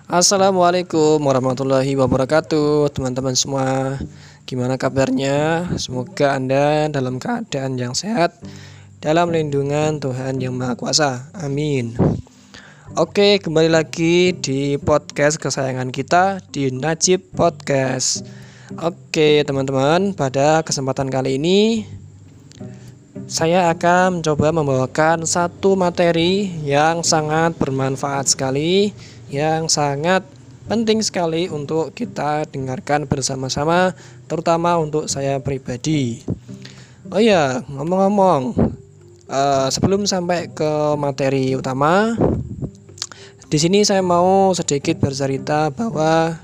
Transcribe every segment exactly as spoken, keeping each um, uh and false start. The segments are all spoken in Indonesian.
Assalamualaikum warahmatullahi wabarakatuh, teman-teman semua. Gimana kabarnya? Semoga Anda dalam keadaan yang sehat, dalam lindungan Tuhan Yang Maha Kuasa. Amin. Oke, kembali lagi di podcast kesayangan kita di Najib Podcast. Oke, teman-teman, pada kesempatan kali ini saya akan mencoba membawakan satu materi yang sangat bermanfaat sekali, yang sangat penting sekali untuk kita dengarkan bersama-sama, terutama untuk saya pribadi. Oh ya, ngomong-ngomong, uh, sebelum sampai ke materi utama, di sini saya mau sedikit bercerita bahwa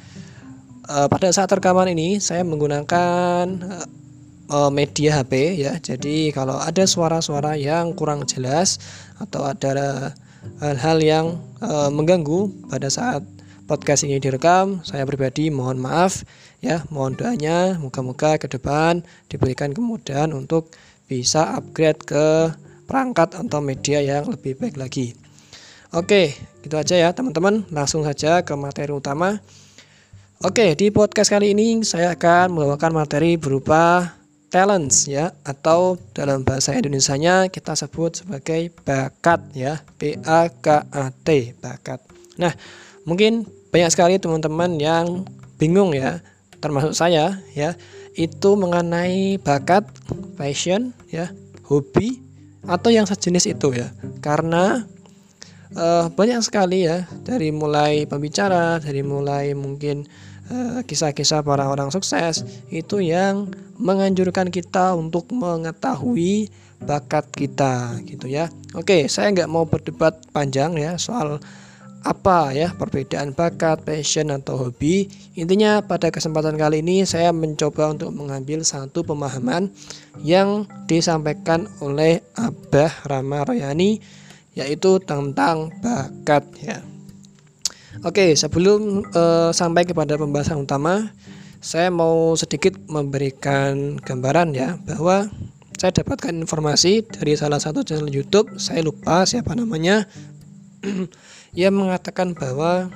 uh, pada saat rekaman ini saya menggunakan uh, media H P ya. Jadi kalau ada suara-suara yang kurang jelas atau ada hal-hal yang uh, mengganggu pada saat podcast ini direkam, saya pribadi mohon maaf ya, mohon doanya moga-moga ke depan diberikan kemudahan untuk bisa upgrade ke perangkat atau media yang lebih baik lagi. Oke, gitu aja ya teman-teman, langsung saja ke materi utama. Oke, di podcast kali ini saya akan membawakan materi berupa talents ya, atau dalam bahasa Indonesianya kita sebut sebagai bakat ya, B A K A T, bakat. Nah, mungkin banyak sekali teman-teman yang bingung ya, termasuk saya ya, itu mengenai bakat, passion ya, hobi atau yang sejenis itu ya. Karena uh, banyak sekali ya, dari mulai pembicara, dari mulai mungkin kisah-kisah para orang sukses itu yang menganjurkan kita untuk mengetahui bakat kita gitu ya. Oke, saya nggak mau berdebat panjang ya soal apa ya perbedaan bakat, passion atau hobi. Intinya pada kesempatan kali ini saya mencoba untuk mengambil satu pemahaman yang disampaikan oleh Abah Rama Royani, yaitu tentang bakat ya. Oke, sebelum uh, sampai kepada pembahasan utama, saya mau sedikit memberikan gambaran ya, bahwa saya dapatkan informasi dari salah satu channel YouTube, saya lupa siapa namanya, yang mengatakan bahwa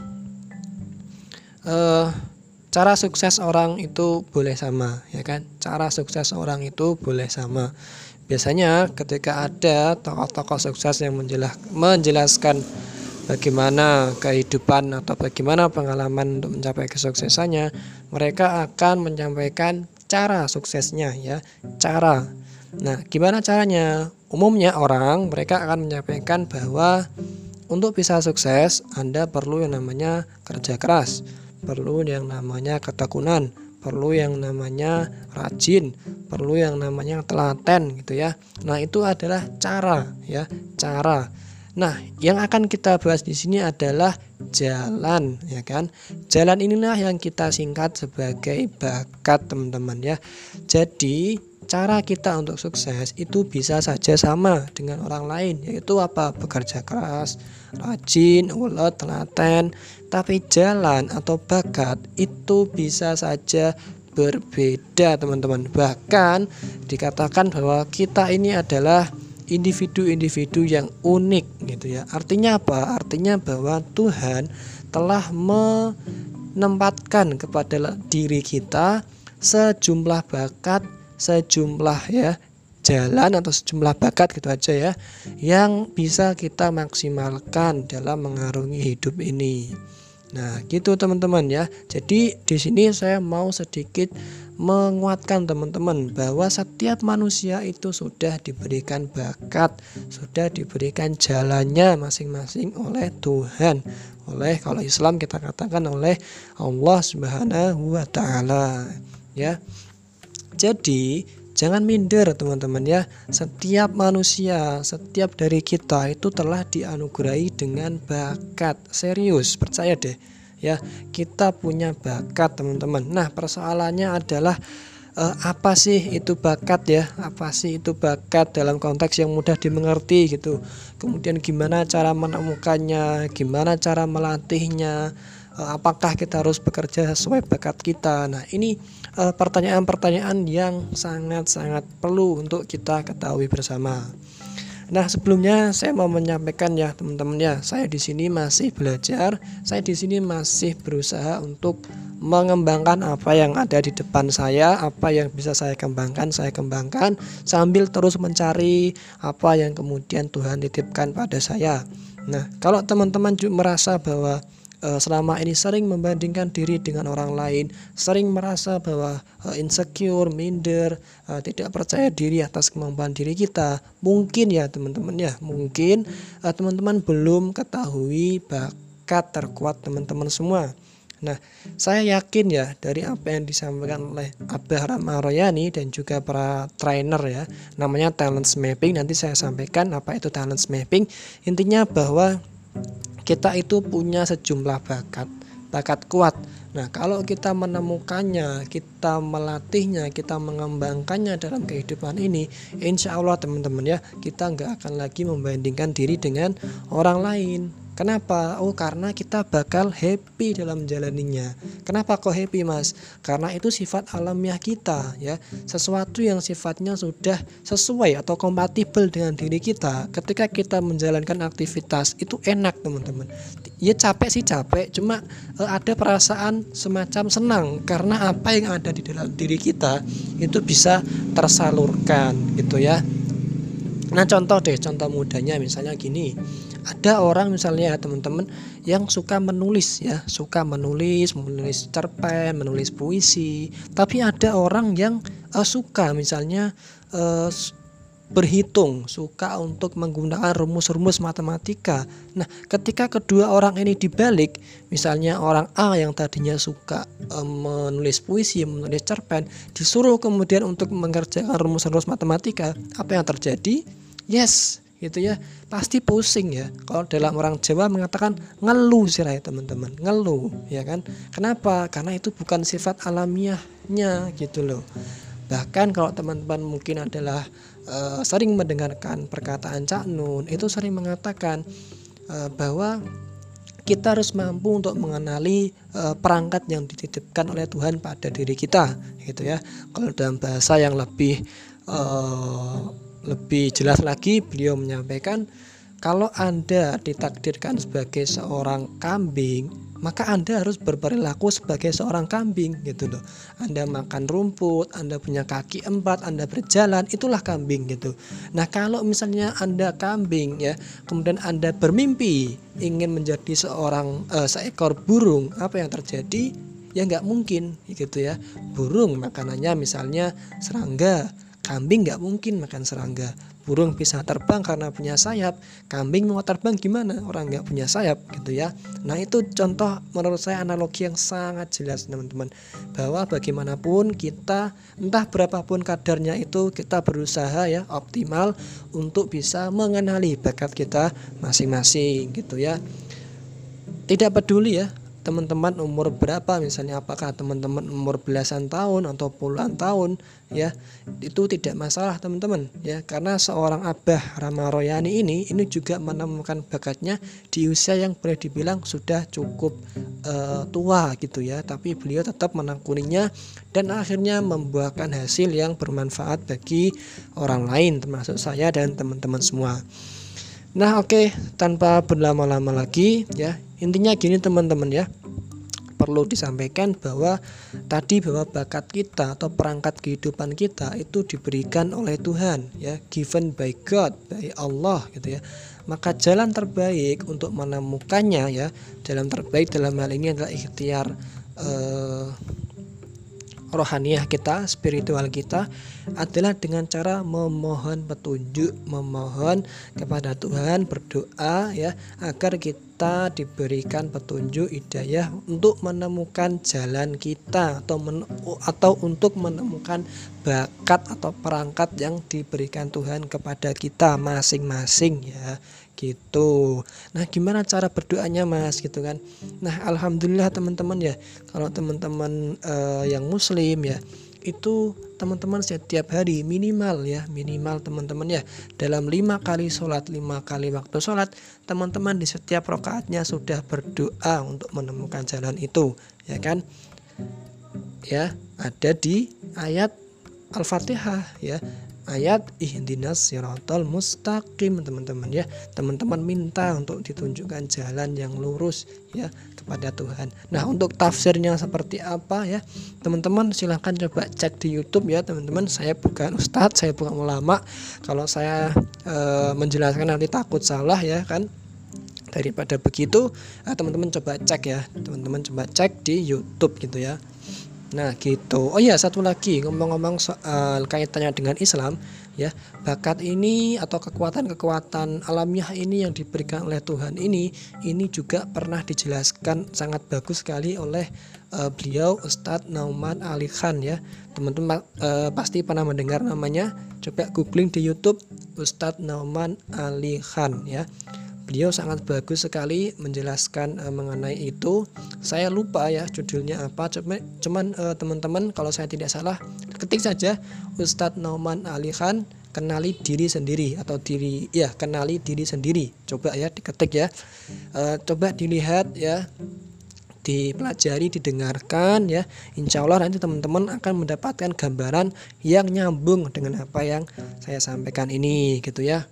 uh, cara sukses orang itu boleh sama, ya kan? Cara sukses orang itu boleh sama. Biasanya ketika ada tokoh-tokoh sukses yang menjelas, menjelaskan bagaimana kehidupan atau bagaimana pengalaman untuk mencapai kesuksesannya, mereka akan menyampaikan cara suksesnya ya, cara. Nah, gimana caranya? Umumnya orang mereka akan menyampaikan bahwa untuk bisa sukses Anda perlu yang namanya kerja keras, perlu yang namanya ketekunan, perlu yang namanya rajin, perlu yang namanya telaten gitu ya. Nah, itu adalah cara ya, cara. Nah, yang akan kita bahas di sini adalah jalan, ya kan? Jalan inilah yang kita singkat sebagai bakat, teman-teman ya. Jadi, cara kita untuk sukses itu bisa saja sama dengan orang lain, yaitu apa? Bekerja keras, rajin, ulet, telaten. Tapi jalan atau bakat itu bisa saja berbeda, teman-teman. Bahkan dikatakan bahwa kita ini adalah individu-individu yang unik gitu ya. Artinya apa? Artinya bahwa Tuhan telah menempatkan kepada diri kita sejumlah bakat, sejumlah ya jalan atau sejumlah bakat gitu aja ya, yang bisa kita maksimalkan dalam mengarungi hidup ini. Nah, gitu teman-teman ya. Jadi di sini saya mau sedikit menguatkan teman-teman bahwa setiap manusia itu sudah diberikan bakat, sudah diberikan jalannya masing-masing oleh Tuhan, oleh kalau Islam kita katakan oleh Allah Subhanahu wa taala ya. Jadi jangan minder teman-teman ya. Setiap manusia, setiap dari kita itu telah dianugerahi dengan bakat. Serius, percaya deh ya, kita punya bakat teman-teman. Nah, persoalannya adalah eh, apa sih itu bakat ya? Apa sih itu bakat dalam konteks yang mudah dimengerti gitu. Kemudian gimana cara menemukannya, gimana cara melatihnya, eh, apakah kita harus bekerja sesuai bakat kita. Nah, ini eh, pertanyaan-pertanyaan yang sangat-sangat perlu untuk kita ketahui bersama. Nah, sebelumnya saya mau menyampaikan ya teman-teman ya, saya di sini masih belajar, saya di sini masih berusaha untuk mengembangkan apa yang ada di depan saya, apa yang bisa saya kembangkan, saya kembangkan sambil terus mencari apa yang kemudian Tuhan titipkan pada saya. Nah, kalau teman-teman juga merasa bahwa selama ini sering membandingkan diri dengan orang lain, sering merasa bahwa insecure, minder, tidak percaya diri atas kemampuan diri kita, mungkin ya teman-teman ya, mungkin teman-teman belum ketahui bakat terkuat teman-teman semua. Nah, saya yakin ya dari apa yang disampaikan oleh Abah Rama Royani dan juga para trainer ya, namanya talent mapping. Nanti saya sampaikan apa itu talent mapping. Intinya bahwa kita itu punya sejumlah bakat, bakat kuat. Nah, kalau kita menemukannya, kita melatihnya, kita mengembangkannya dalam kehidupan ini, insya Allah teman-teman ya, kita nggak akan lagi membandingkan diri dengan orang lain. Kenapa? Oh, karena kita bakal happy dalam menjalaninya. Kenapa kok happy, Mas? Karena itu sifat alamiah kita ya. Sesuatu yang sifatnya sudah sesuai atau kompatibel dengan diri kita. Ketika kita menjalankan aktivitas itu enak, teman-teman. Ya capek sih capek, cuma eh, ada perasaan semacam senang karena apa yang ada di dalam diri kita itu bisa tersalurkan gitu ya. Nah, contoh deh, contoh mudanya misalnya gini. Ada orang misalnya ya teman-teman yang suka menulis ya, suka menulis, menulis cerpen, menulis puisi. Tapi ada orang yang uh, suka misalnya uh, berhitung, suka untuk menggunakan rumus-rumus matematika. Nah, ketika kedua orang ini dibalik, misalnya orang A yang tadinya suka uh, menulis puisi, menulis cerpen, disuruh kemudian untuk mengerjakan rumus-rumus matematika, apa yang terjadi? Yes, gitu ya, pasti pusing ya. Kalau dalam orang Jawa mengatakan ngeluh sih ya teman-teman, ngeluh ya kan. Kenapa? Karena itu bukan sifat alamiahnya gitu loh. Bahkan kalau teman-teman mungkin adalah uh, sering mendengarkan perkataan Cak Nun, itu sering mengatakan uh, bahwa kita harus mampu untuk mengenali uh, perangkat yang dititipkan oleh Tuhan pada diri kita gitu ya. Kalau dalam bahasa yang lebih uh, lebih jelas lagi, beliau menyampaikan kalau Anda ditakdirkan sebagai seorang kambing, maka Anda harus berperilaku sebagai seorang kambing gitu loh. Anda makan rumput, Anda punya kaki empat, Anda berjalan, itulah kambing gitu. Nah, kalau misalnya Anda kambing ya, kemudian Anda bermimpi ingin menjadi seorang eh, seekor burung, apa yang terjadi? Ya nggak mungkin gitu ya. Burung makanannya misalnya serangga. Kambing nggak mungkin makan serangga. Burung bisa terbang karena punya sayap. Kambing mau terbang gimana? Orang nggak punya sayap gitu ya. Nah, itu contoh menurut saya analogi yang sangat jelas teman-teman. Bahwa bagaimanapun kita, entah berapapun kadarnya itu, kita berusaha ya optimal untuk bisa mengenali bakat kita masing-masing gitu ya. Tidak peduli ya teman-teman umur berapa, misalnya apakah teman-teman umur belasan tahun atau puluhan tahun ya, itu tidak masalah teman-teman ya, karena seorang Abah Rama Royani ini ini juga menemukan bakatnya di usia yang boleh dibilang sudah cukup uh, tua gitu ya, tapi beliau tetap menekuninya dan akhirnya membuahkan hasil yang bermanfaat bagi orang lain termasuk saya dan teman-teman semua. Nah, oke, okay, tanpa berlama-lama lagi ya, intinya gini teman-teman ya, perlu disampaikan bahwa tadi bahwa bakat kita atau perangkat kehidupan kita itu diberikan oleh Tuhan ya, given by God, by Allah gitu ya. Maka jalan terbaik untuk menemukannya ya, jalan terbaik dalam hal ini adalah ikhtiar eh, rohaniah kita, spiritual kita adalah dengan cara memohon petunjuk, memohon kepada Tuhan, berdoa ya agar kita diberikan petunjuk hidayah untuk menemukan jalan kita atau men- atau untuk menemukan bakat atau perangkat yang diberikan Tuhan kepada kita masing-masing ya. Gitu. Nah, gimana cara berdoanya Mas gitu kan? Nah, alhamdulillah teman-teman ya, kalau teman-teman uh, yang muslim ya, itu teman-teman setiap hari minimal ya, minimal teman-teman ya, dalam lima kali sholat, lima kali waktu sholat, teman-teman di setiap rakaatnya sudah berdoa untuk menemukan jalan itu, ya kan? Ya, ada di ayat Al-Fatihah ya. ayat ihdinas siratal mustaqim, teman-teman ya. Teman-teman minta untuk ditunjukkan jalan yang lurus ya kepada Tuhan. Nah, untuk tafsirnya seperti apa ya, teman-teman silahkan coba cek di YouTube ya teman-teman. Saya bukan ustadz, saya bukan ulama. Kalau saya e, menjelaskan nanti takut salah ya kan. Daripada begitu, teman-teman coba cek ya, teman-teman coba cek di YouTube gitu ya. Nah gitu. Oh ya, satu lagi ngomong-ngomong soal kaitannya dengan Islam ya, bakat ini atau kekuatan-kekuatan alamiah ini yang diberikan oleh Tuhan ini, ini juga pernah dijelaskan sangat bagus sekali oleh uh, beliau Ustadz Nauman Ali Khan ya. Teman-teman uh, pasti pernah mendengar namanya. Coba googling di YouTube Ustadz Nauman Ali Khan ya. Beliau sangat bagus sekali menjelaskan uh, mengenai itu. Saya lupa ya judulnya apa. Cuma, cuman uh, teman-teman kalau saya tidak salah ketik saja Ustadz Nauman Ali Khan kenali diri sendiri atau diri ya kenali diri sendiri. Coba ya diketik ya. Uh, coba dilihat ya. Dipelajari, didengarkan ya. Insya Allah nanti teman-teman akan mendapatkan gambaran yang nyambung dengan apa yang saya sampaikan ini gitu ya.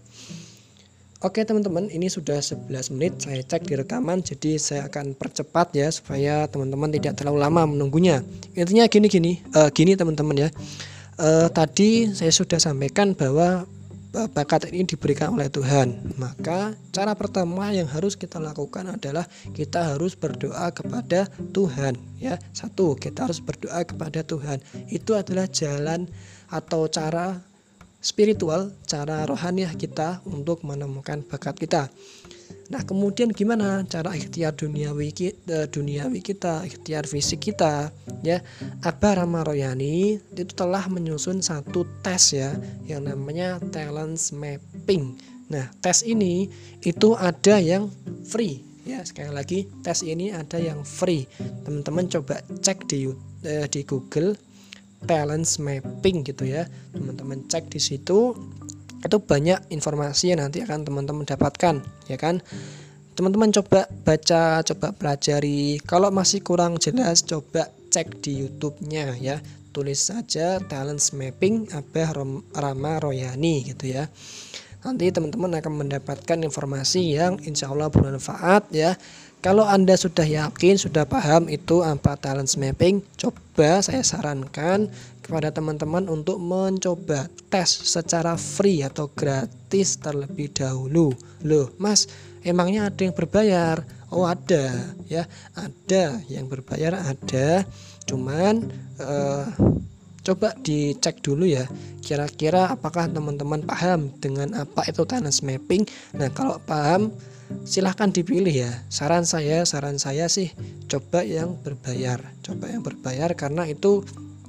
Oke teman-teman, ini sudah sebelas menit saya cek di rekaman, jadi saya akan percepat ya supaya teman-teman tidak terlalu lama menunggunya. Intinya gini-gini, uh, gini teman-teman ya. Uh, tadi saya sudah sampaikan bahwa uh, bakat ini diberikan oleh Tuhan. Maka cara pertama yang harus kita lakukan adalah kita harus berdoa kepada Tuhan ya. Satu, kita harus berdoa kepada Tuhan. Itu adalah jalan atau cara spiritual, cara rohaniah kita untuk menemukan bakat kita. Nah, kemudian gimana cara ikhtiar duniawi kita, duniawi kita, ikhtiar fisik kita ya. Abah Rama Royani itu telah menyusun satu tes ya yang namanya talent mapping. Nah, tes ini itu ada yang free ya. Sekali lagi, tes ini ada yang free. Teman-teman coba cek di eh, di Google talent mapping gitu ya, teman-teman cek di situ, itu banyak informasi yang nanti akan teman-teman dapatkan ya kan. Teman-teman coba baca, coba pelajari. Kalau masih kurang jelas, coba cek di YouTube-nya ya, tulis saja talent mapping Abah Rama Royani gitu ya. Nanti teman-teman akan mendapatkan informasi yang insya Allah bermanfaat ya. Kalau Anda sudah yakin, sudah paham itu apa talent mapping, coba saya sarankan kepada teman-teman untuk mencoba tes secara free atau gratis terlebih dahulu. Loh, Mas, emangnya ada yang berbayar? Oh, ada ya, ada yang berbayar ada. Cuman eh, coba dicek dulu ya, kira-kira apakah teman-teman paham dengan apa itu talent mapping. Nah, kalau paham silahkan dipilih ya. Saran saya, saran saya sih coba yang berbayar, coba yang berbayar karena itu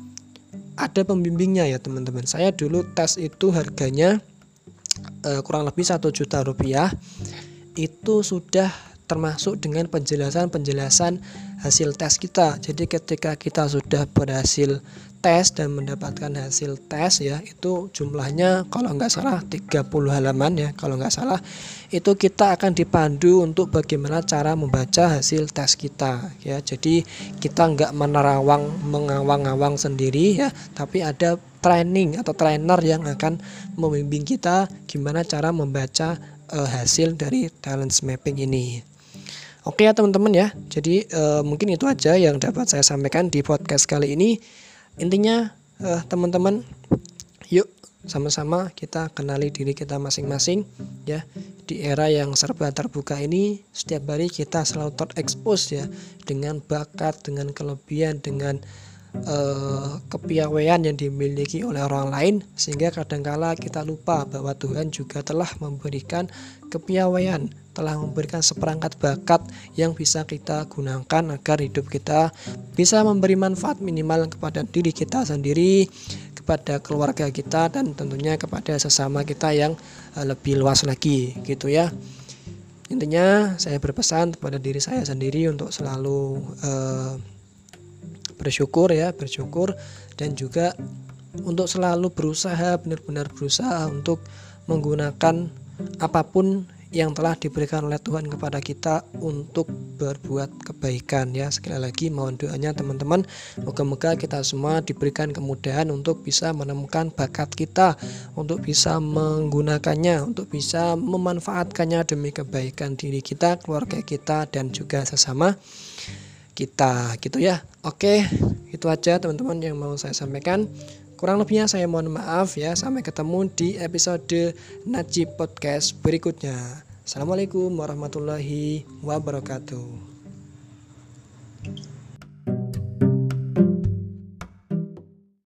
ada pembimbingnya ya teman-teman. Saya dulu tes itu harganya eh, kurang lebih satu juta rupiah. Itu sudah termasuk dengan penjelasan-penjelasan hasil tes kita. Jadi ketika kita sudah berhasil tes dan mendapatkan hasil tes ya, itu jumlahnya kalau nggak salah tiga puluh halaman ya, kalau nggak salah itu kita akan dipandu untuk bagaimana cara membaca hasil tes kita ya. Jadi kita nggak menerawang mengawang-awang sendiri ya, tapi ada training atau trainer yang akan membimbing kita gimana cara membaca uh, hasil dari talent mapping ini. Oke ya teman-teman ya, jadi uh, mungkin itu aja yang dapat saya sampaikan di podcast kali ini. Intinya uh, teman-teman, yuk sama-sama kita kenali diri kita masing-masing ya. Di era yang serba terbuka ini, setiap hari kita selalu terekspos ya dengan bakat, dengan kelebihan, dengan uh, kepiawaian yang dimiliki oleh orang lain, sehingga kadangkala kita lupa bahwa Tuhan juga telah memberikan kepiawaian, telah memberikan seperangkat bakat yang bisa kita gunakan agar hidup kita bisa memberi manfaat minimal kepada diri kita sendiri, kepada keluarga kita, dan tentunya kepada sesama kita yang lebih luas lagi gitu ya. Intinya saya berpesan kepada diri saya sendiri untuk selalu uh, bersyukur ya, bersyukur dan juga untuk selalu berusaha, benar-benar berusaha untuk menggunakan apapun yang telah diberikan oleh Tuhan kepada kita untuk berbuat kebaikan ya. Sekali lagi mohon doanya teman-teman, moga-moga kita semua diberikan kemudahan untuk bisa menemukan bakat kita, untuk bisa menggunakannya, untuk bisa memanfaatkannya demi kebaikan diri kita, keluarga kita, dan juga sesama kita gitu ya. Oke, itu aja teman-teman yang mau saya sampaikan. Kurang lebihnya saya mohon maaf ya. Sampai ketemu di episode Najib Podcast berikutnya. Assalamualaikum warahmatullahi wabarakatuh.